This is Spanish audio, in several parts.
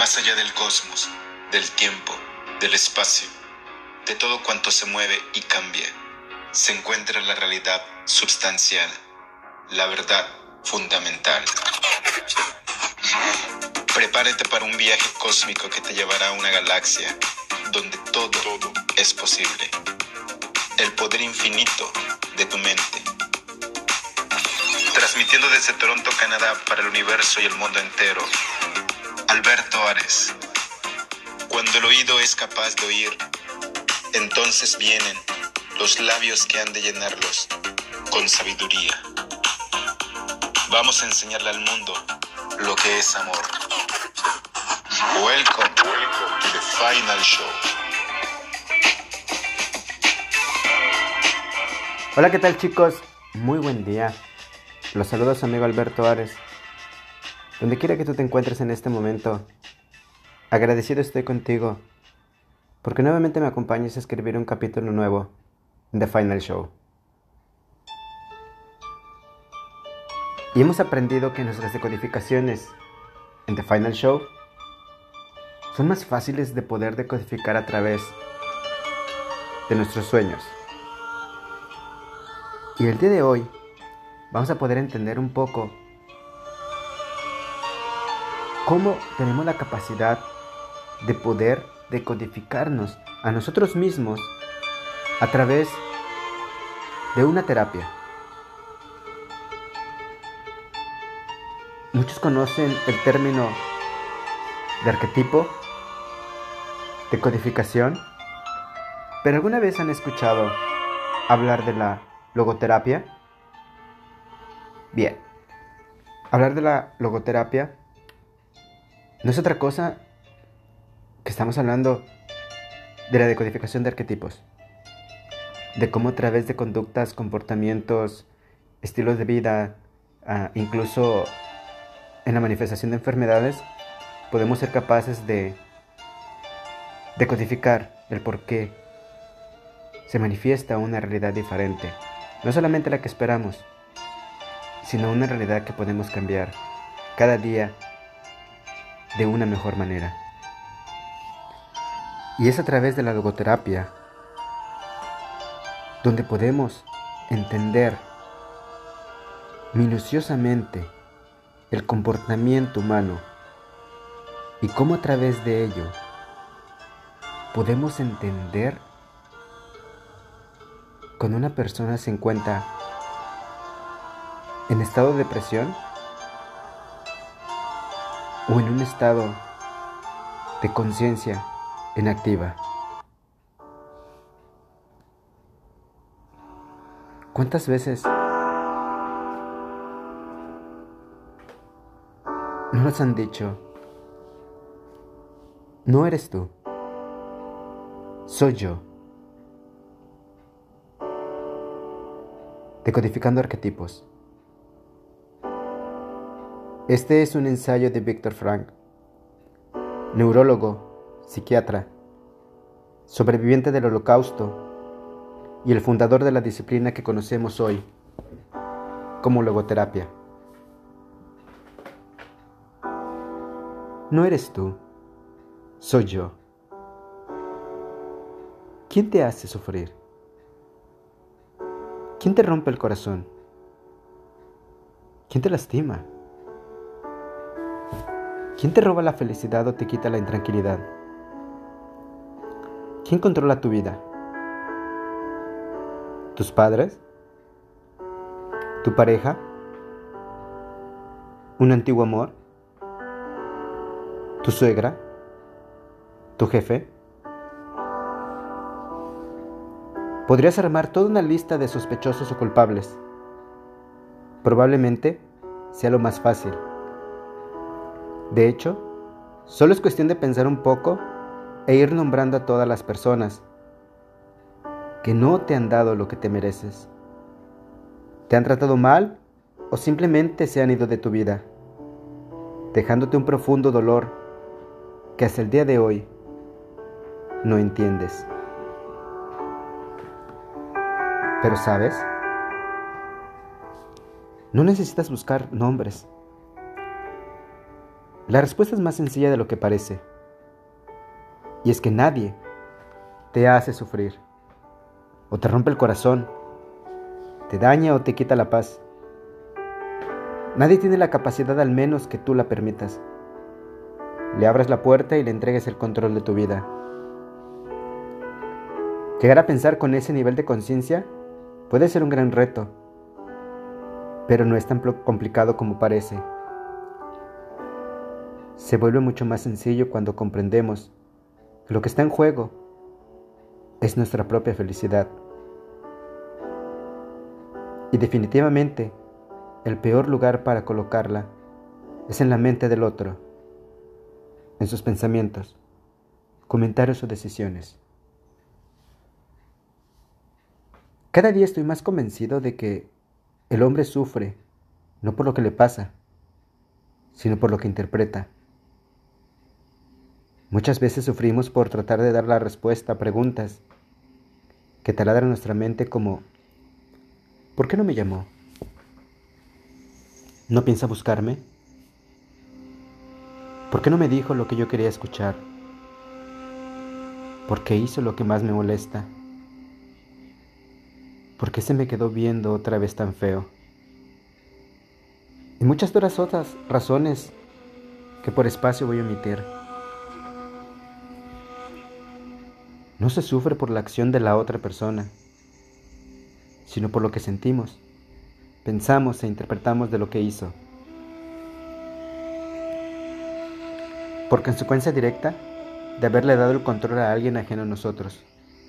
Más allá del cosmos, del tiempo, del espacio, de todo cuanto se mueve y cambia, se encuentra la realidad substancial, la verdad fundamental. Prepárate para un viaje cósmico que te llevará a una galaxia donde todo es posible. El poder infinito de tu mente. Transmitiendo desde Toronto, Canadá, para el universo y el mundo entero, Alberto Ares. Cuando el oído es capaz de oír, entonces vienen los labios que han de llenarlos con sabiduría. Vamos a enseñarle al mundo lo que es amor. Welcome to the final show. Hola, ¿qué tal, chicos? Muy buen día. Los saluda su amigo Alberto Ares. Donde quiera que tú te encuentres en este momento, agradecido estoy contigo, porque nuevamente me acompañas a escribir un capítulo nuevo en The Final Show. Y hemos aprendido que nuestras decodificaciones en The Final Show son más fáciles de poder decodificar a través de nuestros sueños. Y el día de hoy vamos a poder entender un poco cómo tenemos la capacidad de poder decodificarnos a nosotros mismos a través de una terapia. Muchos conocen el término de arquetipo, decodificación, pero ¿alguna vez han escuchado hablar de la logoterapia? Bien, hablar de la logoterapia no es otra cosa que estamos hablando de la decodificación de arquetipos, de cómo a través de conductas, comportamientos, estilos de vida, incluso en la manifestación de enfermedades, podemos ser capaces de decodificar el por qué se manifiesta una realidad diferente, no solamente la que esperamos, sino una realidad que podemos cambiar cada día de una mejor manera. Y es a través de la logoterapia donde podemos entender minuciosamente el comportamiento humano y cómo a través de ello podemos entender cuando una persona se encuentra en estado de depresión o en un estado de conciencia inactiva. ¿Cuántas veces no nos han dicho: no eres tú, soy yo? Decodificando arquetipos. Este es un ensayo de Viktor Frankl, neurólogo, psiquiatra, sobreviviente del Holocausto y el fundador de la disciplina que conocemos hoy como logoterapia. No eres tú, soy yo. ¿Quién te hace sufrir? ¿Quién te rompe el corazón? ¿Quién te lastima? ¿Quién te roba la felicidad o te quita la intranquilidad? ¿Quién controla tu vida? ¿Tus padres? ¿Tu pareja? ¿Un antiguo amor? ¿Tu suegra? ¿Tu jefe? Podrías armar toda una lista de sospechosos o culpables. Probablemente sea lo más fácil. De hecho, solo es cuestión de pensar un poco e ir nombrando a todas las personas que no te han dado lo que te mereces. ¿Te han tratado mal o simplemente se han ido de tu vida, dejándote un profundo dolor que hasta el día de hoy no entiendes? Pero ¿sabes? No necesitas buscar nombres. La respuesta es más sencilla de lo que parece. Y es que nadie te hace sufrir, o te rompe el corazón, te daña o te quita la paz. Nadie tiene la capacidad, al menos que tú la permitas. Le abras la puerta y le entregues el control de tu vida. Llegar a pensar con ese nivel de conciencia puede ser un gran reto, pero no es tan complicado como parece. Se vuelve mucho más sencillo cuando comprendemos que lo que está en juego es nuestra propia felicidad. Y definitivamente, el peor lugar para colocarla es en la mente del otro, en sus pensamientos, comentarios o decisiones. Cada día estoy más convencido de que el hombre sufre no por lo que le pasa, sino por lo que interpreta. Muchas veces sufrimos por tratar de dar la respuesta a preguntas que taladran nuestra mente como: ¿por qué no me llamó? ¿No piensa buscarme? ¿Por qué no me dijo lo que yo quería escuchar? ¿Por qué hizo lo que más me molesta? ¿Por qué se me quedó viendo otra vez tan feo? Y muchas otras razones que por espacio voy a omitir. No se sufre por la acción de la otra persona, sino por lo que sentimos, pensamos e interpretamos de lo que hizo. Por consecuencia directa de haberle dado el control a alguien ajeno a nosotros.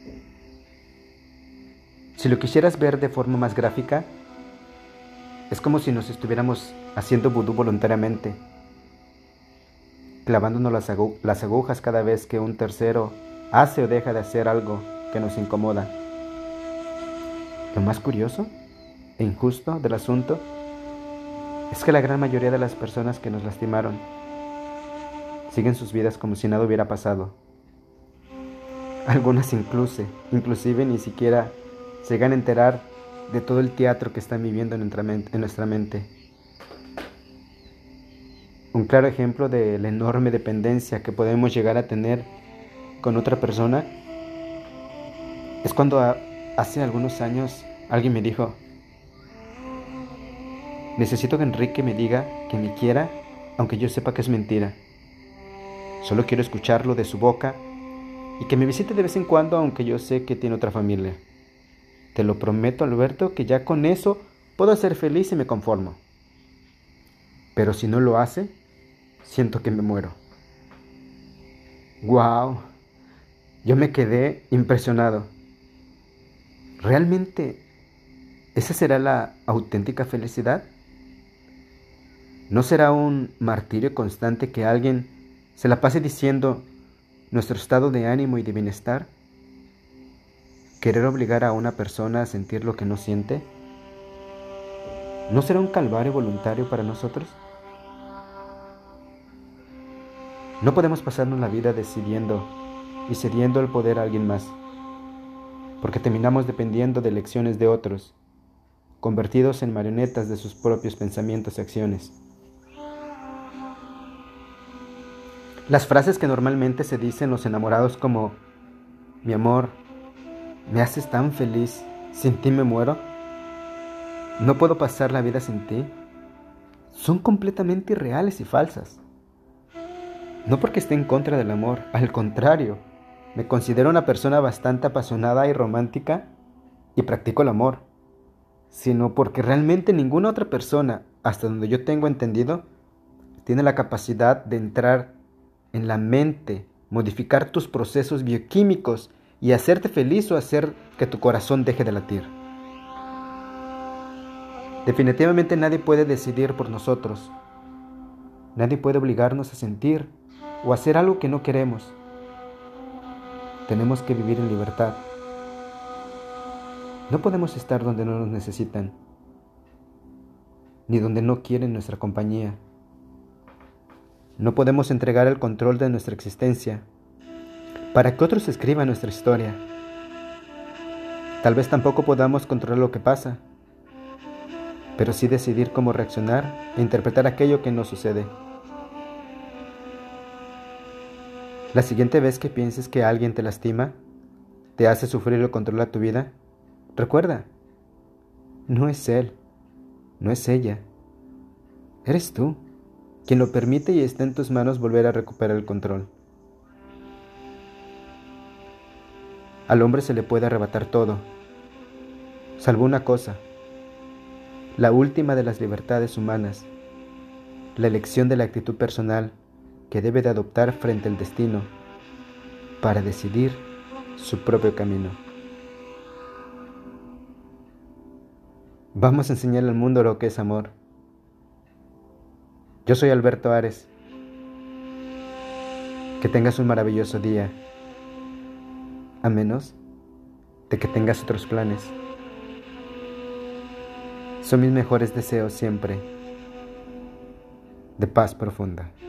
Si lo quisieras ver de forma más gráfica, es como si nos estuviéramos haciendo vudú voluntariamente, clavándonos las agujas cada vez que un tercero hace o deja de hacer algo que nos incomoda. Lo más curioso e injusto del asunto es que la gran mayoría de las personas que nos lastimaron siguen sus vidas como si nada hubiera pasado. Algunas inclusive ni siquiera se llegan a enterar de todo el teatro que están viviendo en nuestra mente. Un claro ejemplo de la enorme dependencia que podemos llegar a tener con otra persona es cuando hace algunos años alguien me dijo: necesito que Enrique me diga que me quiera, aunque yo sepa que es mentira. Solo quiero escucharlo de su boca y que me visite de vez en cuando, aunque yo sé que tiene otra familia. Te lo prometo, Alberto, que ya con eso puedo ser feliz y me conformo. Pero si no lo hace, siento que me muero. ¡Wow! Yo me quedé impresionado. ¿Realmente esa será la auténtica felicidad? ¿No será un martirio constante que alguien se la pase diciendo nuestro estado de ánimo y de bienestar? ¿Querer obligar a una persona a sentir lo que no siente? ¿No será un calvario voluntario para nosotros? No podemos pasarnos la vida decidiendo y cediendo el poder a alguien más, porque terminamos dependiendo de elecciones de otros, convertidos en marionetas de sus propios pensamientos y acciones. Las frases que normalmente se dicen los enamorados como: mi amor, me haces tan feliz, sin ti me muero, no puedo pasar la vida sin ti, son completamente irreales y falsas. No porque esté en contra del amor, al contrario, me considero una persona bastante apasionada y romántica y practico el amor, sino porque realmente ninguna otra persona, hasta donde yo tengo entendido, tiene la capacidad de entrar en la mente, modificar tus procesos bioquímicos y hacerte feliz o hacer que tu corazón deje de latir. Definitivamente nadie puede decidir por nosotros. Nadie puede obligarnos a sentir o hacer algo que no queremos. Tenemos que vivir en libertad. No podemos estar donde no nos necesitan, ni donde no quieren nuestra compañía. No podemos entregar el control de nuestra existencia para que otros escriban nuestra historia. Tal vez tampoco podamos controlar lo que pasa, pero sí decidir cómo reaccionar e interpretar aquello que nos sucede. La siguiente vez que pienses que alguien te lastima, te hace sufrir o controla tu vida, recuerda, no es él, no es ella, eres tú quien lo permite y está en tus manos volver a recuperar el control. Al hombre se le puede arrebatar todo, salvo una cosa, la última de las libertades humanas, la elección de la actitud personal que debe de adoptar frente al destino para decidir su propio camino. Vamos a enseñarle al mundo lo que es amor. Yo soy Alberto Ares. Que tengas un maravilloso día, a menos de que tengas otros planes. Son mis mejores deseos siempre, de paz profunda.